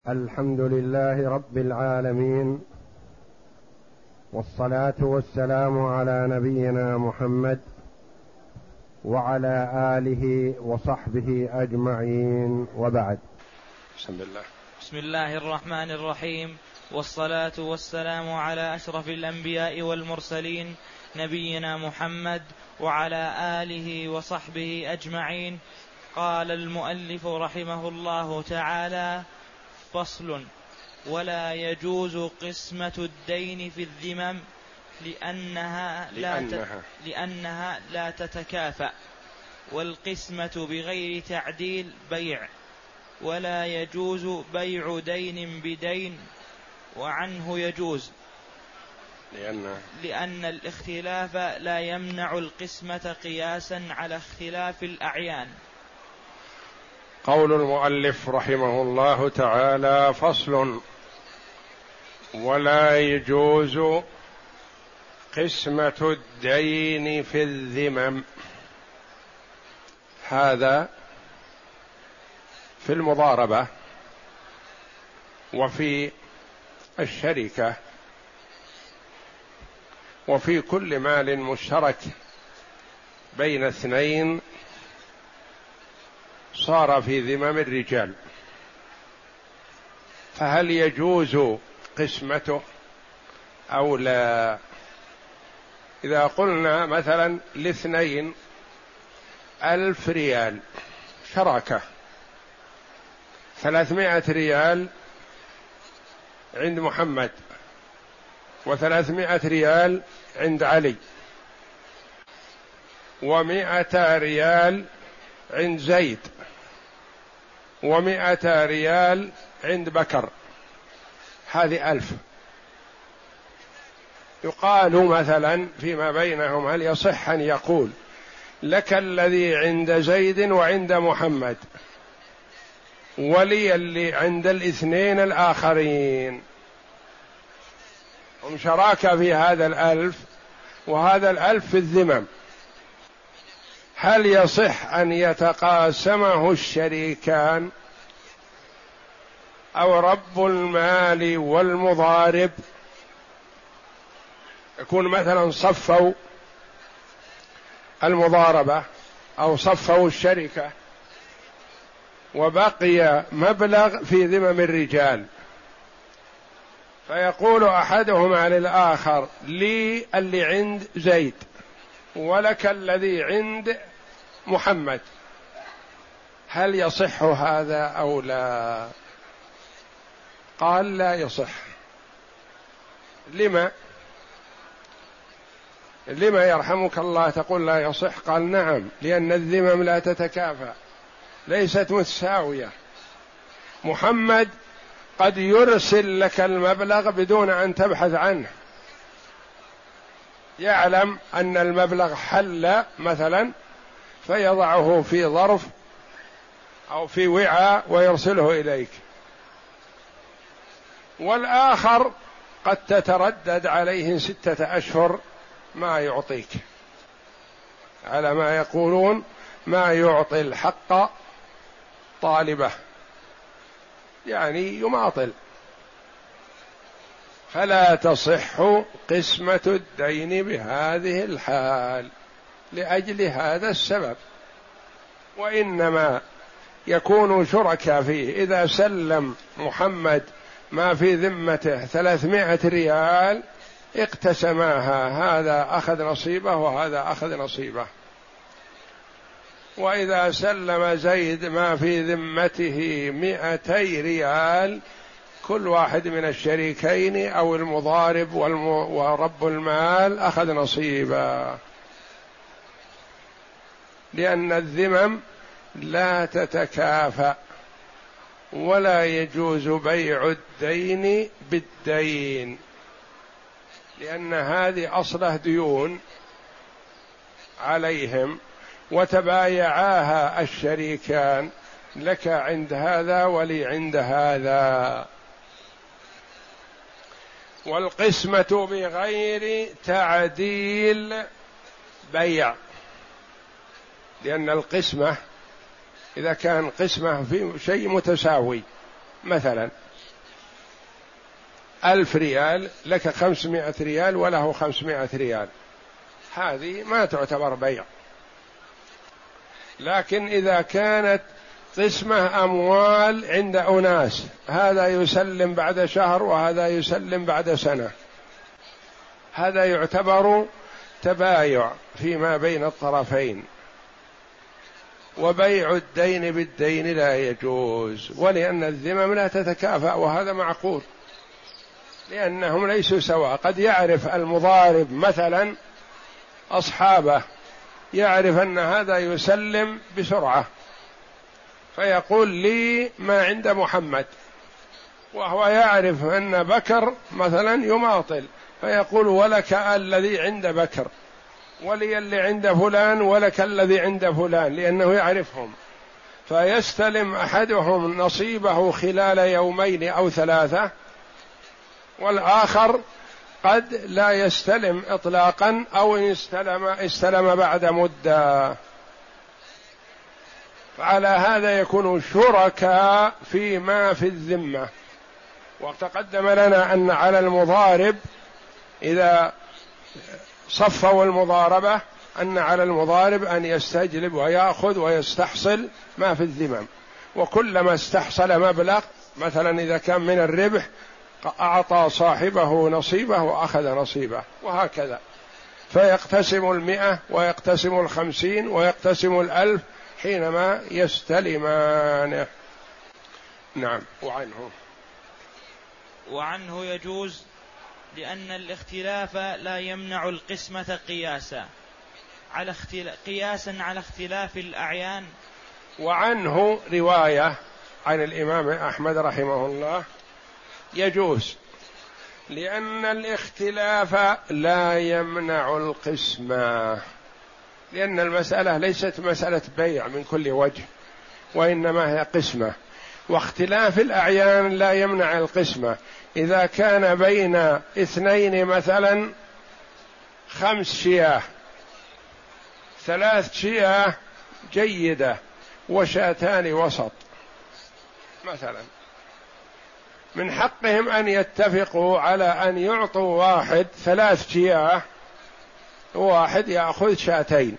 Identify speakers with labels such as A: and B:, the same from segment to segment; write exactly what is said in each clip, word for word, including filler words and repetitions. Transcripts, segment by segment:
A: الحمد لله رب العالمين، والصلاة والسلام على نبينا محمد وعلى آله وصحبه أجمعين، وبعد.
B: بسم الله
C: بسم الله الرحمن الرحيم، والصلاة والسلام على أشرف الأنبياء والمرسلين نبينا محمد وعلى آله وصحبه أجمعين. قال المؤلف رحمه الله تعالى: فصل: ولا يجوز قسمة الدين في الذمم لأنها لا,
B: لأنها.
C: لأنها لا تتكافأ، والقسمة بغير تعديل بيع، ولا يجوز بيع دين بدين، وعنه يجوز
B: لأن,
C: لأن الاختلاف لا يمنع القسمة قياسا على اختلاف الأعيان.
B: قول المؤلف رحمه الله تعالى: فصل: ولا يجوز قسمة الدين في الذمم. هذا في المضاربة وفي الشركة وفي كل مال مشترك بين اثنين صار في ذمم الرجال، فهل يجوز قسمته أو لا؟ إذا قلنا مثلا لاثنين ألف ريال شراكة، ثلاثمائة ريال عند محمد وثلاثمائة ريال عند علي ومائة ريال عند زيد ومائة ريال عند بكر، هذه ألف. يقال مثلا فيما بينهم: هل يصح أن يقول لك الذي عند زيد وعند محمد ولي اللي عند الاثنين الآخرين؟ هم شراكة في هذا الألف وهذا الألف في الذمم، هل يصح أن يتقاسمه الشريكان أو رب المال والمضارب؟ يكون مثلا صفوا المضاربة أو صفوا الشركة وبقي مبلغ في ذمم الرجال، فيقول أحدهما للآخر: لي اللي عند زيد ولك الذي عند محمد، هل يصح هذا أو لا؟ قال: لا يصح. لما؟ لما يرحمك الله تقول لا يصح؟ قال: نعم، لأن الذمم لا تتكافأ، ليست متساوية. محمد قد يرسل لك المبلغ بدون أن تبحث عنه، يعلم أن المبلغ حل مثلا فيضعه في ظرف أو في وعاء ويرسله إليك، والآخر قد تتردد عليه ستة أشهر ما يعطيك، على ما يقولون: ما يعطي الحق طالبه، يعني يماطل. فلا تصح قسمة الدين بهذه الحال لأجل هذا السبب، وإنما يكون شركاء فيه. إذا سلم محمد ما في ذمته ثلاثمائة ريال اقتسماها، هذا أخذ نصيبه وهذا أخذ نصيبه. وإذا سلم زيد ما في ذمته مائتي ريال، كل واحد من الشريكين أو المضارب ورب المال أخذ نصيبا، لأن الذمم لا تتكافأ. ولا يجوز بيع الدين بالدين، لأن هذه أصله ديون عليهم وتبايعاها الشريكان، لك عند هذا ولي عند هذا. والقسمة بغير تعديل بيع، لأن القسمة إذا كان قسمة في شيء متساوي، مثلا ألف ريال لك خمسمائة ريال وله خمسمائة ريال، هذه ما تعتبر بيع. لكن إذا كانت قسمة أموال عند أناس، هذا يسلم بعد شهر وهذا يسلم بعد سنة، هذا يعتبر تبايع فيما بين الطرفين. وبيع الدين بالدين لا يجوز، ولأن الذمم لا تتكافأ، وهذا معقول لأنهم ليسوا سواء. قد يعرف المضارب مثلا أصحابه، يعرف أن هذا يسلم بسرعة فيقول لي ما عند محمد، وهو يعرف أن بكر مثلا يماطل فيقول ولك الذي عند بكر، ولي اللي عند فلان، ولك الذي عند فلان، لأنه يعرفهم. فيستلم أحدهم نصيبه خلال يومين أو ثلاثة، والآخر قد لا يستلم إطلاقا، أو إن استلم استلم بعد مدة. فعلى هذا يكون شركاء فيما في الذمة. وتقدم لنا أن على المضارب إذا صفوا المضاربة أن على المضارب أن يستجلب ويأخذ ويستحصل ما في الذمم، وكلما استحصل مبلغ مثلا إذا كان من الربح أعطى صاحبه نصيبه وأخذ نصيبه، وهكذا. فيقتسم المئة ويقتسم الخمسين ويقتسم الألف حينما يستلمان. نعم. وعنه
C: وعنه يجوز لأن الاختلاف لا يمنع القسمة قياسا على اختلاف قياسا على اختلاف الأعيان.
B: وعنه رواية عن الإمام أحمد رحمه الله يجوز لأن الاختلاف لا يمنع القسمة، لأن المسألة ليست مسألة بيع من كل وجه، وإنما هي قسمة. واختلاف الأعيان لا يمنع القسمة. إذا كان بين اثنين مثلا خمس شياه، ثلاث شياه جيدة وشاتان وسط مثلا، من حقهم أن يتفقوا على أن يعطوا واحد ثلاث شياه وواحد يأخذ شاتين،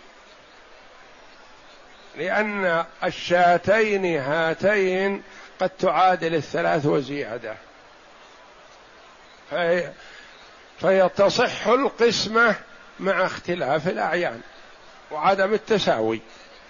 B: لأن الشاتين هاتين قد تعادل الثلاث وزيادة، في فيتصح القسمة مع اختلاف الأعيان وعدم التساوي.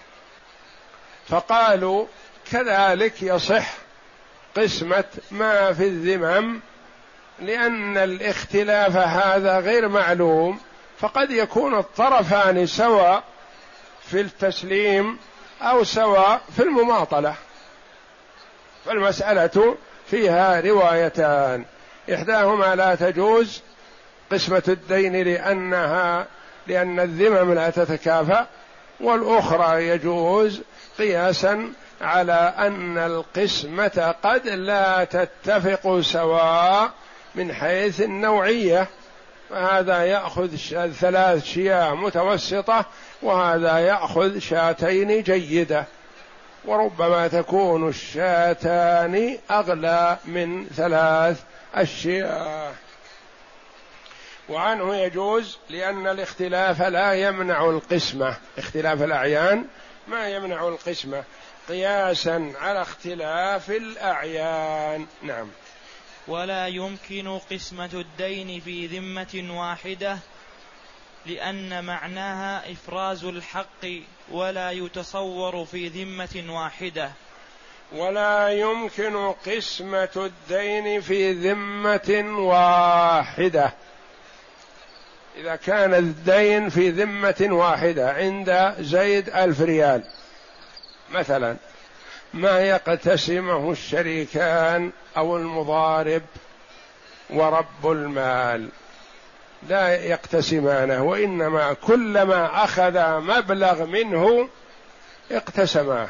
B: فقالوا كذلك يصح قسمة ما في الذمم، لأن الاختلاف هذا غير معلوم، فقد يكون الطرفان سواء في التسليم أو سواء في المماطلة. فالمسألة فيها روايتان، إحداهما لا تجوز قسمة الدين لأنها لأن الذمم لا تتكافأ، والأخرى يجوز قياسا على أن القسمة قد لا تتفق سواء من حيث النوعية، فهذا يأخذ ثلاث شياه متوسطة وهذا يأخذ شاتين جيدة، وربما تكون الشاتان أغلى من ثلاث أشياء. وعنه يجوز لأن الاختلاف لا يمنع القسمة، اختلاف الأعيان ما يمنع القسمة قياسا على اختلاف الأعيان. نعم.
C: ولا يمكن قسمة الدين في ذمة واحدة لأن معناها إفراز الحق، ولا يتصور في ذمة واحدة.
B: ولا يمكن قسمة الدين في ذمة واحدة. إذا كان الدين في ذمة واحدة عند زيد ألف ريال مثلا، ما يقتسمه الشريكان أو المضارب ورب المال، لا يقتسمانه، وإنما كلما أخذ مبلغ منه اقتسماه.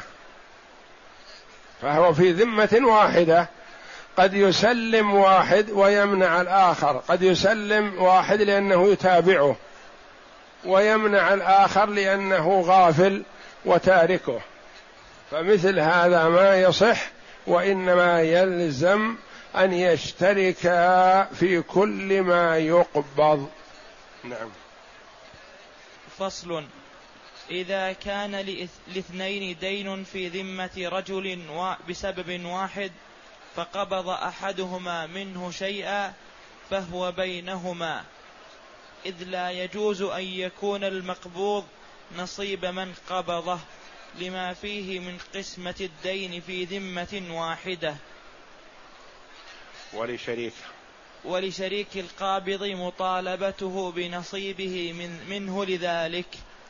B: فهو في ذمة واحدة، قد يسلم واحد ويمنع الآخر، قد يسلم واحد لأنه يتابعه ويمنع الآخر لأنه غافل وتاركه، فمثل هذا ما يصح، وإنما يلزم أن يشتركا في كل ما يقبض. نعم.
C: فصل: إذا كان لاثنين دين في ذمة رجل بسبب واحد فقبض أحدهما منه شيئا فهو بينهما، إذ لا يجوز أن يكون المقبوض نصيب من قبضه لما فيه من قسمة الدين في ذمة واحدة.
B: ولشريك
C: ولشريك القابض مطالبته بنصيبه من منه لذلك،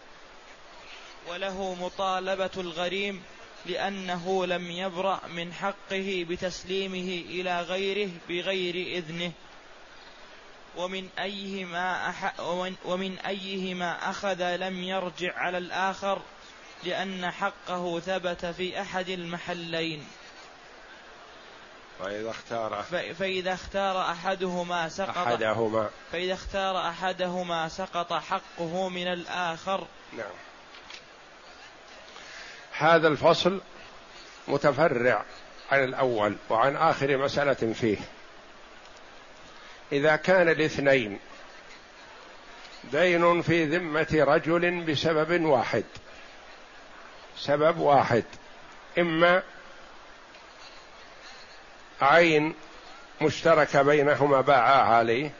C: وله مطالبة الغريم لأنه لم يبرأ من حقه بتسليمه إلى غيره بغير إذنه. ومن أيهما, أح ومن أيهما أخذ لم يرجع على الآخر، لأن حقه ثبت في أحد المحلين.
B: فإذا اختار
C: فإذا اختار أحدهما سقط
B: أحدهما
C: فإذا اختار أحدهما سقط حقه من الآخر.
B: نعم. هذا الفصل متفرع عن الأول وعن آخر مسألة فيه. إذا كان الاثنين دين في ذمة رجل بسبب واحد، سبب واحد، إما عين مشتركة بينهما باعا عليه،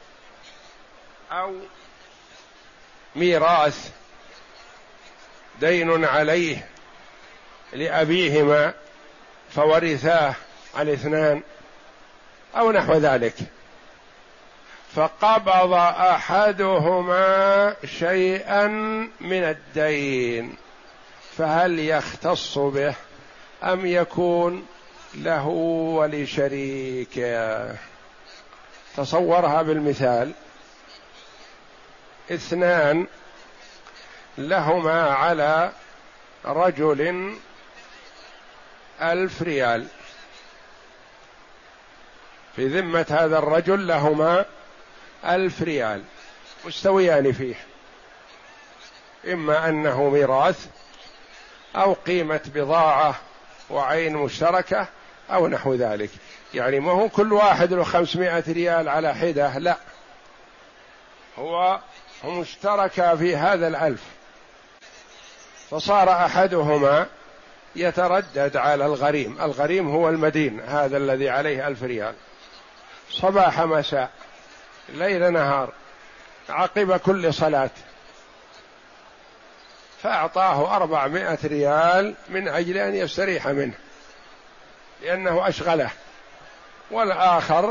B: أو ميراث دين عليه لأبيهما فورثاه الاثنان، أو نحو ذلك، فقبض أحدهما شيئا من الدين، فهل يختص به أم يكون له ولشريكه؟ تصورها بالمثال: اثنان لهما على رجل ألف ريال، في ذمة هذا الرجل لهما ألف ريال مستويان فيه، إما أنه ميراث أو قيمة بضاعة وعين مشتركة أو نحو ذلك. يعني ما هو كل واحد له خمسمائة ريال على حدة، لا، هو مشترك في هذا الألف، فصار أحدهما يتردد على الغريم. الغريم هو المدين، هذا الذي عليه ألف ريال، صباح مساء ليل نهار عقب كل صلاة، فأعطاه أربعمائة ريال من أجل أن يستريح منه لأنه أشغله. والآخر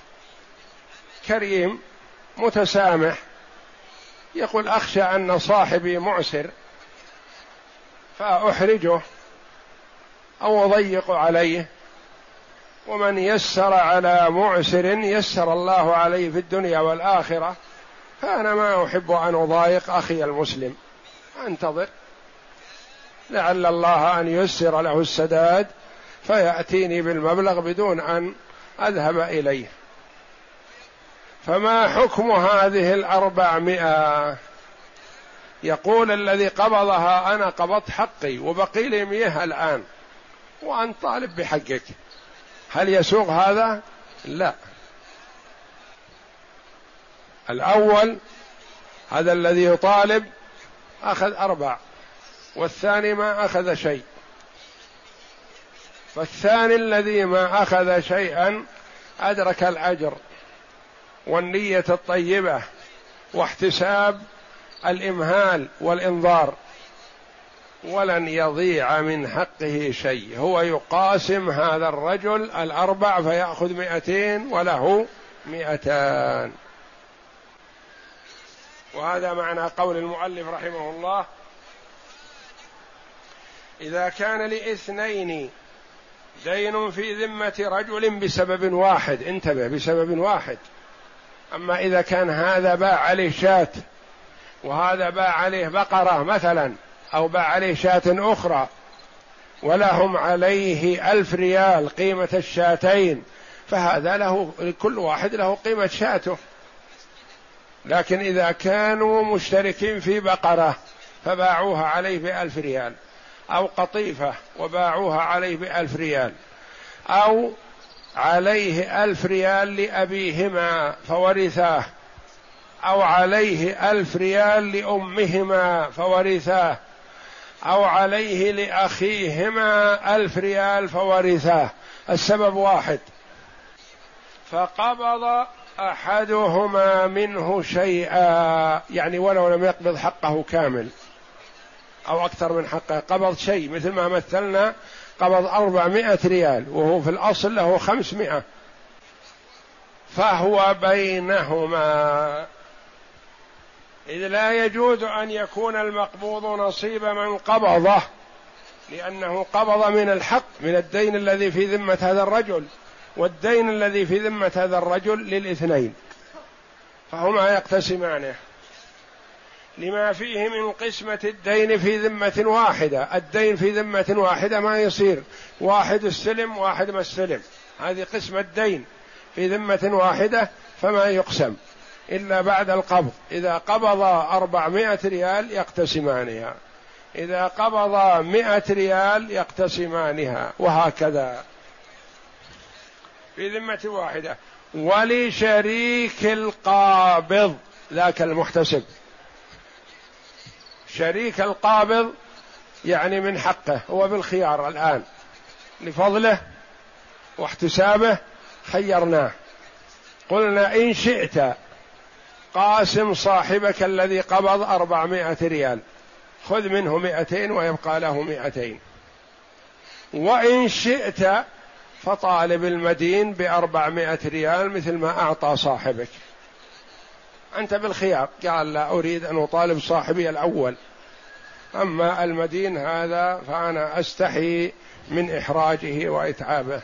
B: كريم متسامح، يقول: أخشى أن صاحبي معسر فأحرجه أو أضيق عليه، ومن يسر على معسر يسر الله عليه في الدنيا والآخرة، فأنا ما أحب أن أضايق أخي المسلم، أنتظر لعل الله أن ييسر له السداد فيأتيني بالمبلغ بدون أن أذهب إليه. فما حكم هذه الأربعمائة؟ يقول الذي قبضها: أنا قبضت حقي وبقي لي مئة الآن وأنت طالب بحقك، هل يسوغ هذا؟ لا. الأول هذا الذي يطالب أخذ أربع، والثاني ما أخذ شيء، فالثاني الذي ما أخذ شيئا أدرك الأجر والنية الطيبة واحتساب الإمهال والإنظار، ولن يضيع من حقه شيء. هو يقاسم هذا الرجل الأربع فيأخذ مئتين وله مئتان. وهذا معنى قول المؤلف رحمه الله: إذا كان لاثنين دين في ذمة رجل بسبب واحد، انتبه، بسبب واحد. أما إذا كان هذا باع عليه شاة وهذا باع عليه بقرة مثلا، أو باع عليه شاة أخرى ولهم عليه ألف ريال قيمة الشاتين، فهذا له، كل واحد له قيمة شاته. لكن إذا كانوا مشتركين في بقرة فباعوها عليه بألف ريال، أو قطيفة وباعوها عليه بألف ريال، أو عليه ألف ريال لأبيهما فورثاه، أو عليه ألف ريال لأمهما فورثاه، أو عليه لأخيهما ألف ريال فورثاه، السبب واحد، فقبض أحدهما منه شيئا، يعني ولو لم يقبض حقه كامل أو أكثر من حقه، قبض شيء، مثل ما مثلنا قبض أربعمائة ريال وهو في الأصل له خمسمائة، فهو بينهما، إذ لا يجوز أن يكون المقبوض نصيب من قبضه، لأنه قبض من الحق، من الدين الذي في ذمة هذا الرجل، والدين الذي في ذمة هذا الرجل للاثنين، فهما يقتسمانه لما فيه من قسمة الدين في ذمة واحدة. الدين في ذمة واحدة ما يصير واحد استلم واحد ما استلم، هذه قسمة الدين في ذمة واحدة، فما يقسم إلا بعد القبض. إذا قبض أربعمائة ريال يقتسمانها، إذا قبض مائة ريال يقتسمانها، وهكذا في ذمة واحدة. ولشريك القابض ذاك المحتسب، شريك القابض يعني من حقه، هو بالخيار الآن لفضله واحتسابه، خيرناه قلنا إن شئت قاسم صاحبك الذي قبض أربعمائة ريال، خذ منه مائتين ويبقى له مائتين، وإن شئت فطالب المدين بأربعمائة ريال مثل ما أعطى صاحبك، أنت بالخيار، قال لا أريد أن أطالب صاحبي الأول، أما المدين هذا فأنا أستحي من إحراجه وإتعابه،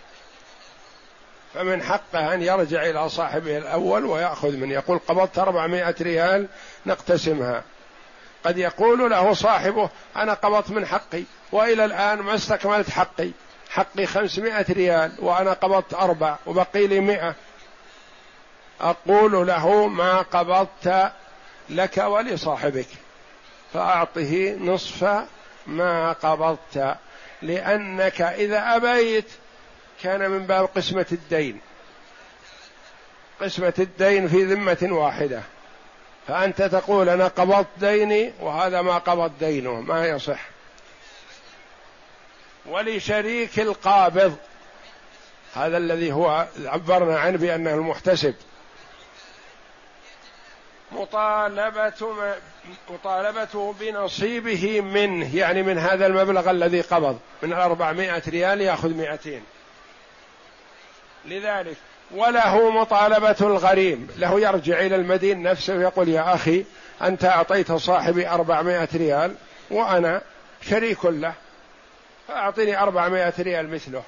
B: فمن حقه أن يرجع إلى صاحبه الأول ويأخذ منه، يقول قبضت أربعمائة ريال نقتسمها. قد يقول له صاحبه أنا قبضت من حقي وإلى الآن ما استكملت حقي، حقي خمسمائة ريال وأنا قبضت أربع وبقي لي مئة، أقول له ما قبضت لك ولصاحبك، فأعطه نصف ما قبضت، لأنك إذا أبيت كان من باب قسمة الدين، قسمة الدين في ذمة واحدة، فأنت تقول أنا قبضت ديني وهذا ما قبض دينه، ما يصح. ولشريك القابض هذا الذي هو عبرنا عنه بأنه المحتسب، مطالبة مطالبته بنصيبه منه، يعني من هذا المبلغ الذي قبض من الأربعمائة ريال يأخذ مئتين، لذلك وله مطالبة الغريم، له يرجع إلى المدين نفسه ويقول يا أخي أنت أعطيت صاحبي أربعمائة ريال وأنا شريك له، فأعطني أربعمائة ريال مثله،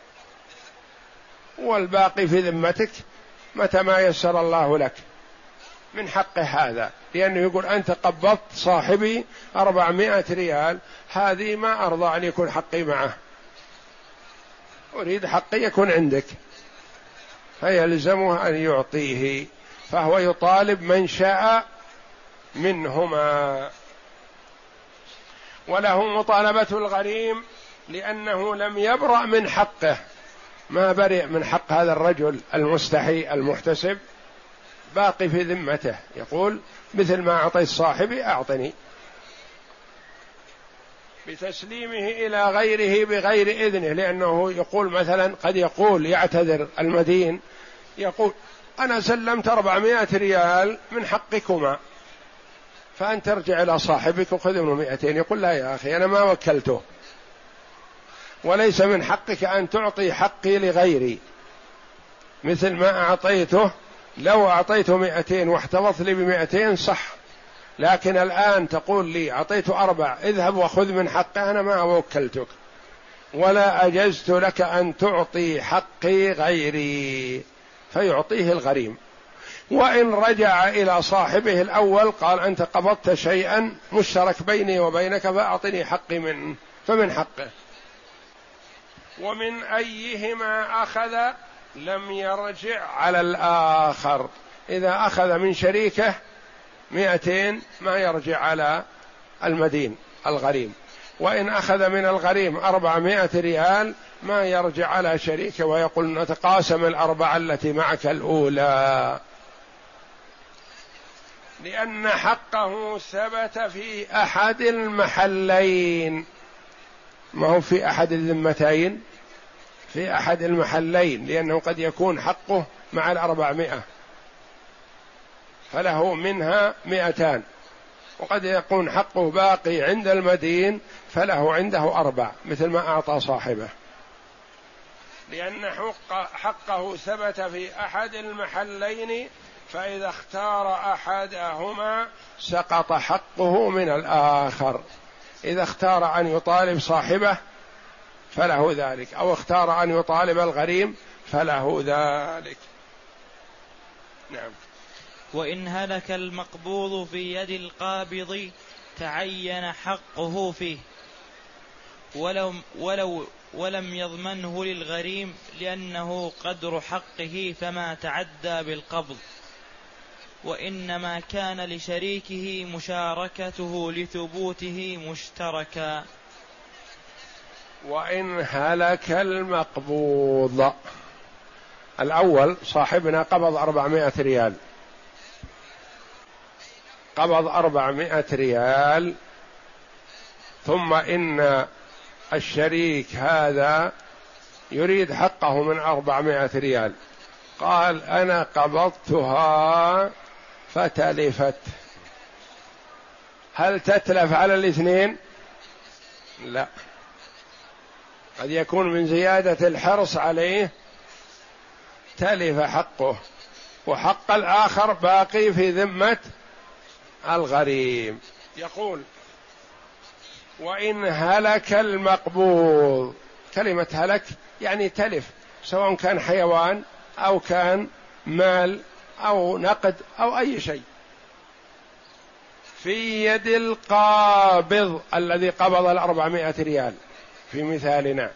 B: والباقي في ذمتك متى ما يسر الله لك، من حقه هذا، لأنه يقول أنت قبضت صاحبي أربعمائة ريال، هذه ما أرضى أن يكون حقي معه، أريد حقي يكون عندك، فيلزمه أن يعطيه، فهو يطالب من شاء منهما. وله مطالبة الغريم لأنه لم يبرأ من حقه، ما برئ من حق هذا الرجل المستحي المحتسب، باقي في ذمته، يقول مثل ما أعطيت صاحبي أعطني، بتسليمه إلى غيره بغير إذنه، لأنه يقول مثلا قد يقول يعتذر المدين يقول أنا سلمت أربعمائة ريال من حقكما، فأنت ترجع إلى صاحبك وخذ منه مئتين، يقول لا يا أخي أنا ما وكلته، وليس من حقك أن تعطي حقي لغيري مثل ما أعطيته، لو أعطيته مئتين واحتفظت لي بمئتين صح، لكن الآن تقول لي أعطيته أربع اذهب وخذ من حقه، أنا ما وكلتك ولا أجزت لك أن تعطي حقي غيري، فيعطيه الغريم. وإن رجع إلى صاحبه الأول قال أنت قبضت شيئا مشترك بيني وبينك فأعطني حقي منه، فمن حقه. ومن أيهما أخذ لم يرجع على الآخر، إذا أخذ من شريكه مئتين ما يرجع على المدين الغريم، وإن أخذ من الغريم أربعمائة ريال ما يرجع على شريكه ويقول نتقاسم الأربعة التي معك الأولى، لأن حقه ثبت في أحد المحلين، ما هو في أحد الذمتين، في أحد المحلين، لأنه قد يكون حقه مع الأربعمائة فله منها مئتان، وقد يكون حقه باقي عند المدين فله عنده أربع مثل ما أعطى صاحبه، لأن حق حقه ثبت في أحد المحلين، فإذا اختار أحدهما سقط حقه من الآخر. إذا اختار أن يطالب صاحبه فله ذلك، أو اختار أن يطالب الغريم فله ذلك. نعم.
C: وإن هلك المقبوض في يد القابض تعين حقه فيه ولو, ولو ولم يضمنه للغريم لأنه قدر حقه فما تعدى بالقبض، وإنما كان لشريكه مشاركته لثبوته مشتركا.
B: وإن هلك المقبوض، الأول صاحبنا قبض أربعمائة ريال، قبض أربعمائة ريال، ثم إن الشريك هذا يريد حقه من أربعمائة ريال، قال أنا قبضتها فتلفت، هل تتلف على الاثنين؟ لا، قد يكون من زيادة الحرص عليه تلف حقه، وحق الآخر باقي في ذمة الغريم. يقول وإن هلك المقبوض، كلمة هلك يعني تلف، سواء كان حيوان أو كان مال أو نقد أو أي شيء، في يد القابض الذي قبض الأربعمائة ريال في مثالنا،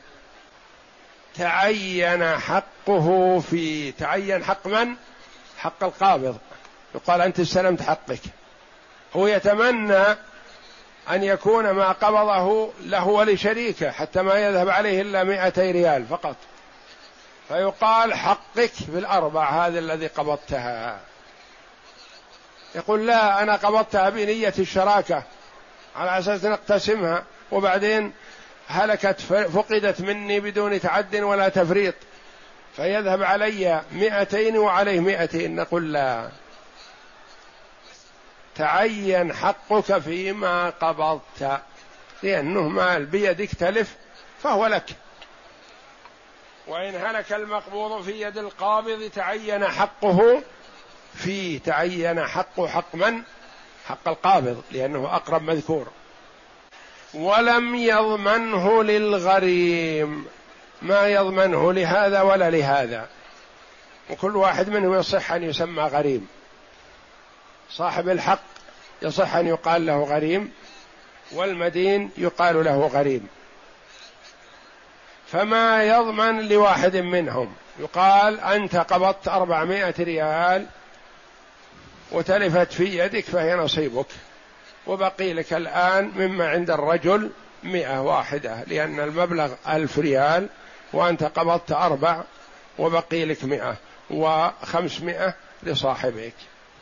B: تعين حقه في تعين حق من؟ حق القابض، يقال أنت استلمت حقك، هو يتمنى أن يكون ما قبضه له ولشريكه حتى ما يذهب عليه إلا مائتي ريال فقط، فيقال حقك في الأربع هذا الذي قبضتها، يقول لا أنا قبضتها بنية الشراكة على أساس نقتسمها، وبعدين هلكت فقدت مني بدون تعد ولا تفريط، فيذهب علي مائتين وعليه مائتين، نقول لا، تعين حقك فيما قبضت، لأنه مال بيدك تلف فهو لك. وإن هلك المقبوض في يد القابض تعين حقه في تعين حق حق من؟ حق القابض، لأنه أقرب مذكور. ولم يضمنه للغريم، ما يضمنه لهذا ولا لهذا، وكل واحد منهم يصح أن يسمى غريم، صاحب الحق يصح أن يقال له غريم، والمدين يقال له غريم، فما يضمن لواحد منهم، يقال أنت قبضت أربعمائة ريال وتلفت في يدك فهي نصيبك، وبقي لك الآن مما عند الرجل مئة واحدة، لأن المبلغ ألف ريال وأنت قبضت أربع وبقي لك مئة وخمسمائة لصاحبك.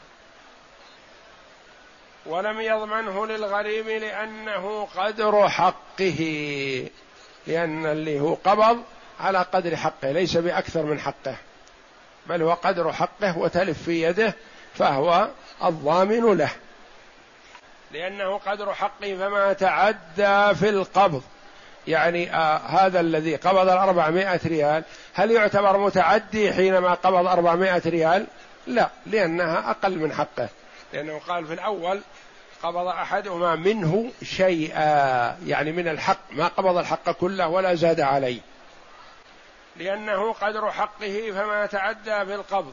B: ولم يضمنه للغريم لأنه قدر حقه، لأن اللي هو قبض على قدر حقه ليس بأكثر من حقه، بل هو قدر حقه وتلف في يده فهو الضامن له، لأنه قدر حقه فما تعدى في القبض. يعني آه هذا الذي قبض الأربعمائة ريال هل يعتبر متعدي حينما قبض أربعمائة ريال؟ لا، لأنها أقل من حقه، لأنه قال في الأول قبض أحدهما منه شيئا، يعني من الحق، ما قبض الحق كله ولا زاد عليه، لأنه قدر حقه فما تعدى في القبض.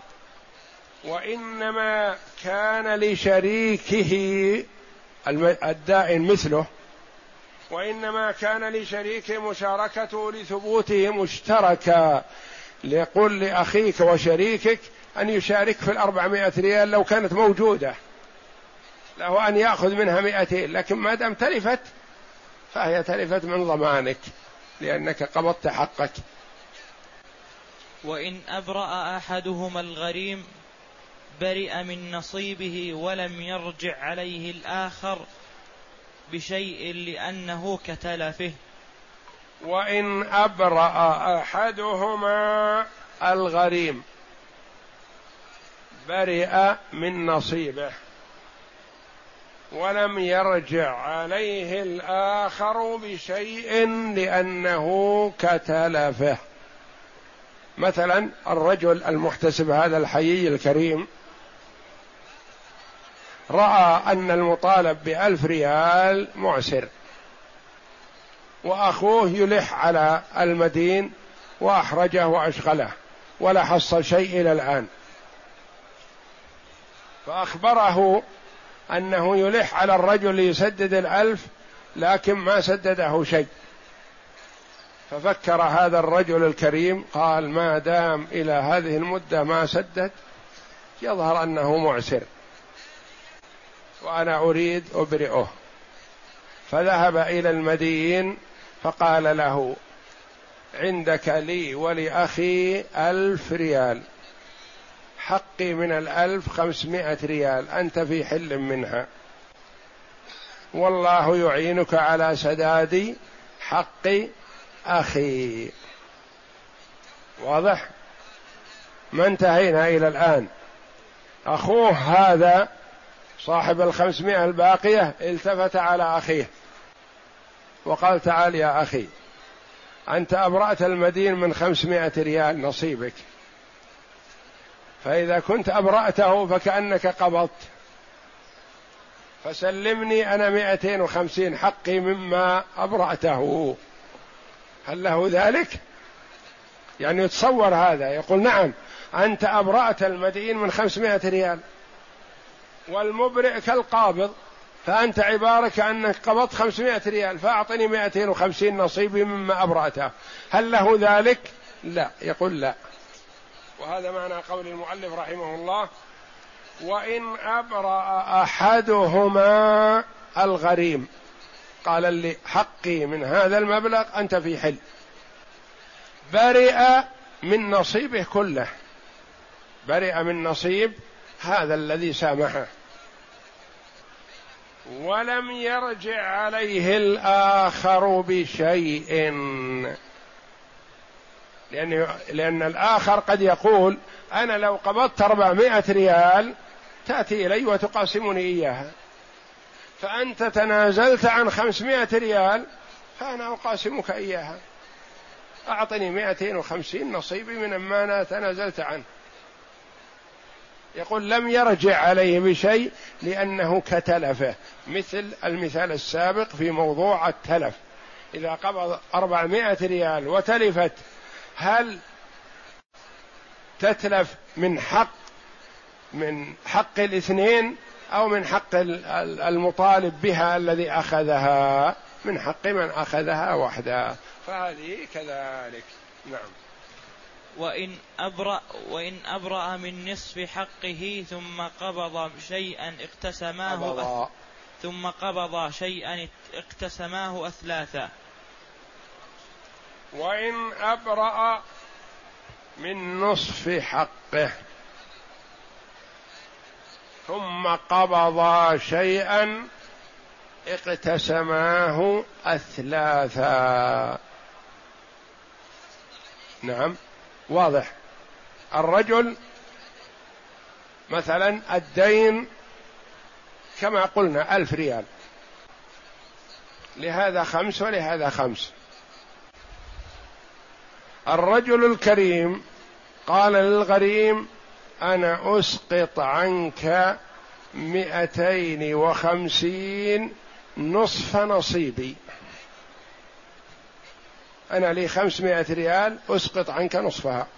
B: وإنما كان لشريكه الدائن مثله، وإنما كان لشريكه مشاركته لثبوته مشتركا، ليقول لأخيك وشريكك أن يشارك في الأربعمائة ريال لو كانت موجودة، له أن يأخذ منها مئتين، لكن ما دام تلفت فهي تلفت من ضمانك لأنك قبضت حقك.
C: وإن أبرأ أحدهما الغريم برئ من نصيبه ولم يرجع عليه الآخر بشيء لأنه كتلفه.
B: وإن أبرأ أحدهما الغريم برئ من نصيبه ولم يرجع عليه الآخر بشيء لأنه كتلفه. مثلا الرجل المحتسب هذا الحيي الكريم رأى أن المطالب بألف ريال معسر، وأخوه يلح على المدين وأحرجه وأشغله ولا حصل شيء إلى الآن، فأخبره أنه يلح على الرجل ليسدد الألف لكن ما سدده شيء. ففكر هذا الرجل الكريم قال ما دام إلى هذه المدة ما سدد يظهر أنه معسر وأنا أريد أبرئه، فذهب إلى المدين فقال له عندك لي ولأخي ألف ريال، حقي من الألف خمسمائة ريال، أنت في حل منها، والله يعينك على سداد حق أخي. واضح؟ ما انتهينا إلى الآن. أخوه هذا صاحب الخمسمائة الباقية التفت على أخيه وقال تعال يا أخي أنت أبرأت المدين من خمسمائة ريال نصيبك، فإذا كنت أبرأته فكأنك قبضت، فسلمني أنا مائتين وخمسين حقي مما أبرأته، هل له ذلك؟ يعني يتصور هذا يقول نعم أنت أبرأت المدين من خمسمائة ريال والمبرئ كالقابض، فأنت عبارة كأنك قبضت خمسمائة ريال فأعطني مائتين وخمسين نصيبي مما أبرأته، هل له ذلك؟ لا، يقول لا. وهذا معنى قول المؤلف رحمه الله وإن أبرأ أحدهما الغريم، قال لي حقي من هذا المبلغ أنت في حل، برئ من نصيبه كله، برئ من نصيب هذا الذي سامحه، ولم يرجع عليه الآخر بشيء، لأن لأن الآخر قد يقول أنا لو قبضت أربعمائة ريال تأتي إلي وتقاسمني إياها، فأنت تنازلت عن خمسمائة ريال فأنا أقاسمك إياها، أعطني مائتين وخمسين نصيبي من ما أنا تنازلت عنه. يقول لم يرجع عليه بشيء لأنه كتلفه، مثل المثال السابق في موضوع التلف، إذا قبض أربعمائة ريال وتلفت هل تتلف من حق من حق الاثنين أو من حق المطالب بها الذي أخذها؟ من حق من أخذها وحده، فهذه كذلك. نعم.
C: وإن أبرأ وإن أبرأ من نصف حقه ثم قبض شيئا اقتسماه
B: قبض.
C: ثم قبض شيئا اقتسماه أثلاثا.
B: وإن أبرأ من نصف حقه ثم قبض شيئا اقتسماه أثلاثا. نعم واضح. الرجل مثلا الدين كما قلنا ألف ريال، لهذا خمس ولهذا خمس. الرجل الكريم قال للغريم أنا أسقط عنك مئتين وخمسين نصف نصيبي، أنا لي خمسمائة ريال أسقط عنك نصفها.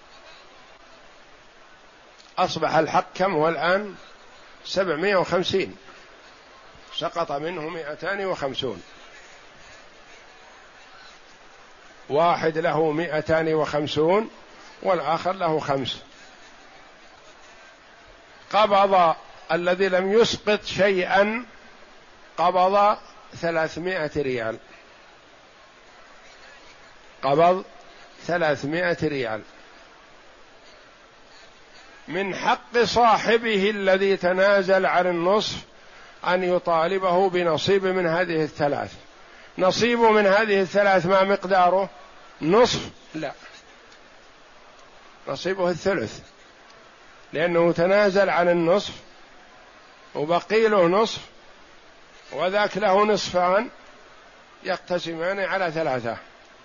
B: أصبح الحق كم هو الآن؟ سبعمائة وخمسين، سقط منه مئتان وخمسون، واحد له مئتان وخمسون والآخر له خمس. قبض الذي لم يسقط شيئا قبض ثلاثمائة ريال، قبض ثلاثمائة ريال. من حق صاحبه الذي تنازل عن النصف أن يطالبه بنصيب من هذه الثلاث. نصيبه من هذه الثلاث ما مقداره؟ نصف؟ لا، نصيبه الثلث، لأنه تنازل عن النصف وبقي له نصف وذاك له نصفان، يقتسمان على ثلاثة.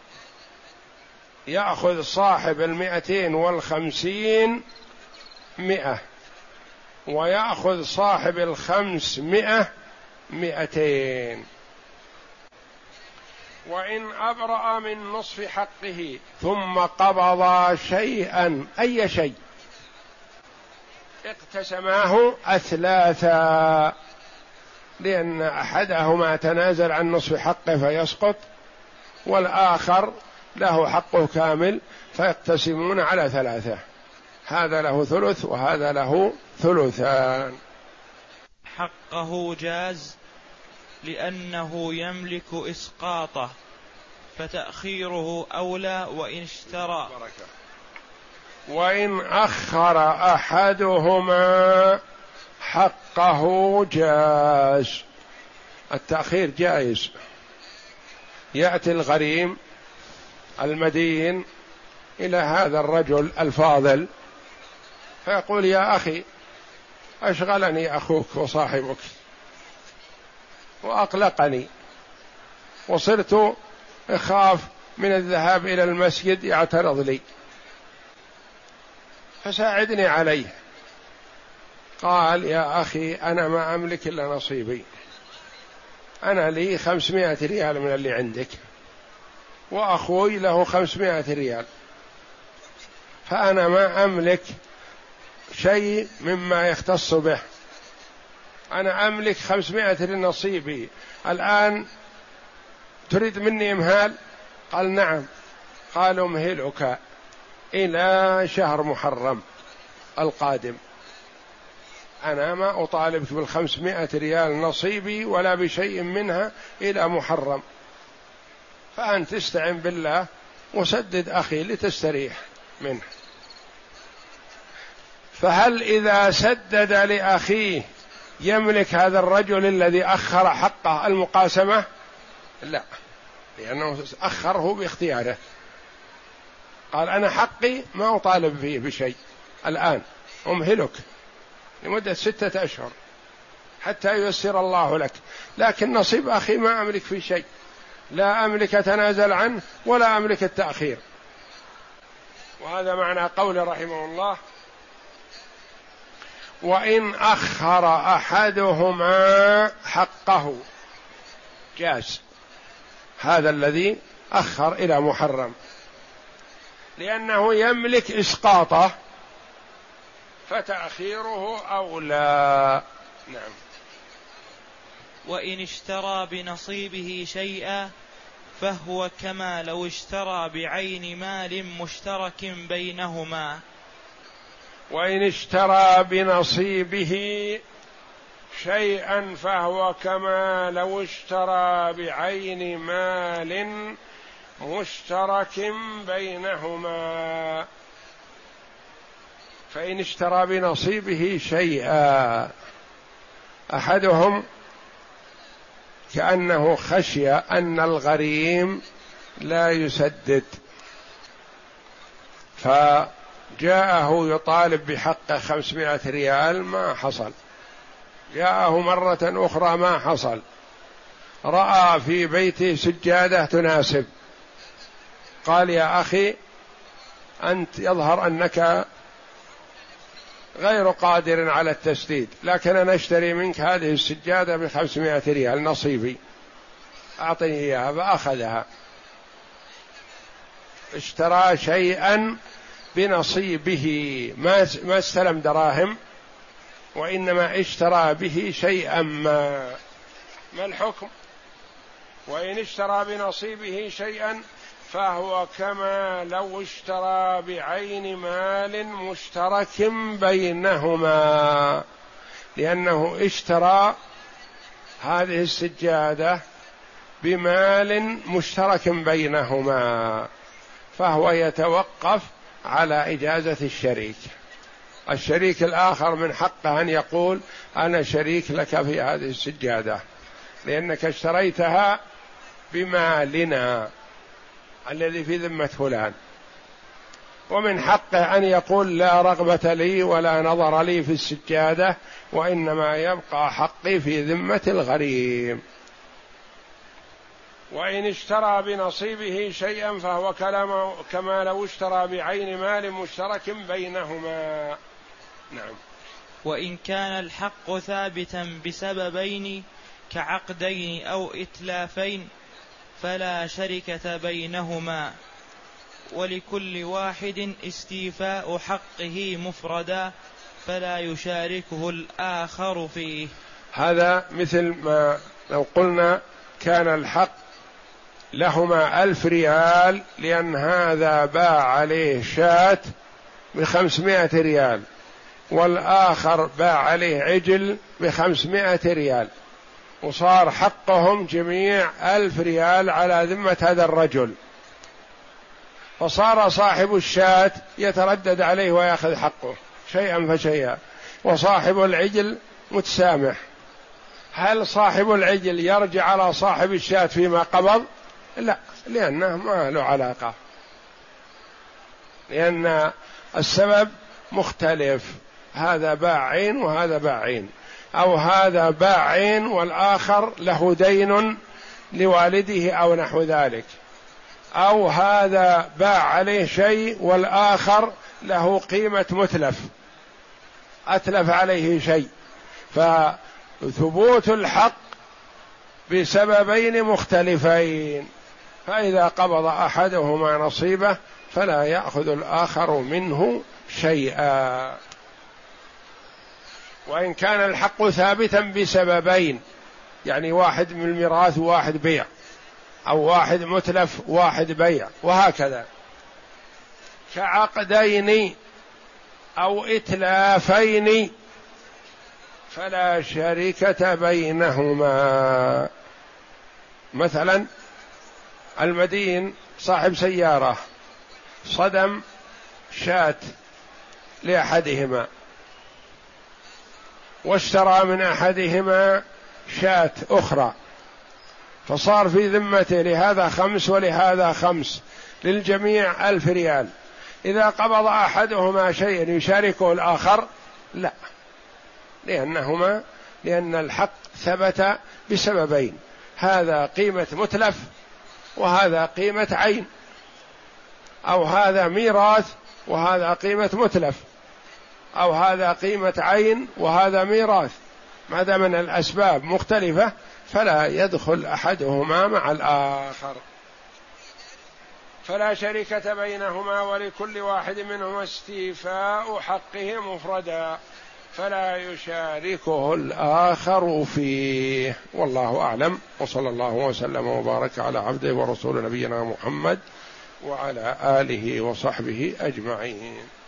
B: يأخذ صاحب المئتين والخمسين مئة، ويأخذ صاحب الخمسمائة مئتين. وإن أبرأ من نصف حقه ثم قبض شيئا، أي شيء، اقتسماه أثلاثا، لأن أحدهما تنازل عن نصف حقه فيسقط، والآخر له حقه كامل فيقتسمون على ثلاثة، هذا له ثلث وهذا له ثلثان.
C: حقه جاز لأنه يملك إسقاطه، فتأخيره أولى. وإن اشترى
B: بركة. وإن أخر أحدهما حقه جاز، التأخير جائز. يأتي الغريم المدين إلى هذا الرجل الفاضل فيقول: يا أخي، أشغلني أخوك وصاحبك وأقلقني، وصرت أخاف من الذهاب إلى المسجد يعترض لي، فساعدني عليه. قال: يا أخي، أنا ما أملك إلا نصيبي، أنا لي خمسمائة ريال من اللي عندك، وأخوي له خمسمائة ريال، فأنا ما أملك شيء مما يختص به، أنا أملك خمسمائة نصيبي، الآن تريد مني إمهال؟ قال: نعم. قال: أمهلك إلى شهر محرم القادم، أنا ما أطالبك بالخمسمائة ريال نصيبي ولا بشيء منها إلى محرم، فأنت استعن بالله وسدد أخي لتستريح منه. فهل إذا سدد لأخيه يملك هذا الرجل الذي أخر حقه المقاسمة؟ لا، لأنه أخره باختياره، قال: أنا حقي ما أطالب فيه بشيء الآن، أمهلك لمدة ستة أشهر حتى ييسر الله لك، لكن نصيب أخي ما أملك فيه شيء، لا أملك أتنازل عنه ولا أملك التأخير. وهذا معنى قول رحمه الله: وإن أخر أحدهما حقه جاز، هذا الذي أخر إلى محرم، لأنه يملك إسقاطه فتأخيره أولى. نعم.
C: وإن اشترى بنصيبه شيئا فهو كما لو اشترى بعين مال مشترك بينهما.
B: وإن اشترى بنصيبه شيئا فهو كما لو اشترى بعين مال مشترك بينهما. فإن اشترى بنصيبه شيئا، أحدهم كأنه خشي أن الغريم لا يسدد، فجاءه يطالب بحقه خمسمائة ريال ما حصل، جاءه مرة أخرى ما حصل، رأى في بيته سجادة تناسب، قال: يا أخي، أنت يظهر أنك غير قادر على التسديد، لكن أنا أشتري منك هذه السجادة بخمسمائة ريال نصيبي، أعطني إياها، فأخذها. اشترى شيئا بنصيبه، ما ما استلم دراهم، وإنما اشترى به شيئا ما. ما الحكم؟ وإن اشترى بنصيبه شيئا فهو كما لو اشترى بعين مال مشترك بينهما، لأنه اشترى هذه السجادة بمال مشترك بينهما، فهو يتوقف على إجازة الشريك. الشريك الآخر من حقه أن يقول أنا شريك لك في هذه السجادة لأنك اشتريتها بمالنا الذي في ذمة فلان، ومن حقه أن يقول لا رغبة لي ولا نظر لي في السجادة وإنما يبقى حقي في ذمة الغريم. وإن اشترى بنصيبه شيئا فهو كما لو اشترى بعين مال مشترك بينهما. نعم.
C: وإن كان الحق ثابتا بسببين كعقدين أو إتلافين فلا شركة بينهما، ولكل واحد استيفاء حقه مفردا فلا يشاركه الآخر فيه.
B: هذا مثل ما لو قلنا كان الحق لهما ألف ريال لأن هذا باع عليه شاة بخمسمائة ريال والآخر باع عليه عجل بخمسمائة ريال، وصار حقهم جميع ألف ريال على ذمة هذا الرجل، فصار صاحب الشاة يتردد عليه ويأخذ حقه شيئا فشيئا، وصاحب العجل متسامح. هل صاحب العجل يرجع على صاحب الشاة فيما قبض؟ لا، لأنه ما له علاقة، لأن السبب مختلف، هذا باع عين وهذا باع عين، أو هذا باع عين والآخر له دين لوالده أو نحو ذلك، أو هذا باع عليه شيء والآخر له قيمة متلف أتلف عليه شيء، فثبوت الحق بسببين مختلفين، فإذا قبض أحدهما نصيبه فلا يأخذ الآخر منه شيئا. وإن كان الحق ثابتا بسببين، يعني واحد من الميراث وواحد بيع، أو واحد متلف واحد بيع، وهكذا، كعقدين أو إتلافين فلا شركة بينهما. مثلا المدين صاحب سيارة صدم شاة لأحدهما واشترى من أحدهما شاة أخرى، فصار في ذمته لهذا خمس ولهذا خمس، للجميع ألف ريال. إذا قبض أحدهما شيئا يشاركه الآخر؟ لا، لأنهما لأن الحق ثبت بسببين، هذا قيمة متلف وهذا قيمة عين، أو هذا ميراث وهذا قيمة متلف، أو هذا قيمة عين وهذا ميراث، ما دام من الأسباب مختلفة فلا يدخل أحدهما مع الآخر. فلا شركة بينهما ولكل واحد منهما استيفاء حقه مفردا فلا يشاركه الآخر فيه. والله أعلم، وصلى الله وسلم وبارك على عبده ورسول نبينا محمد وعلى آله وصحبه أجمعين.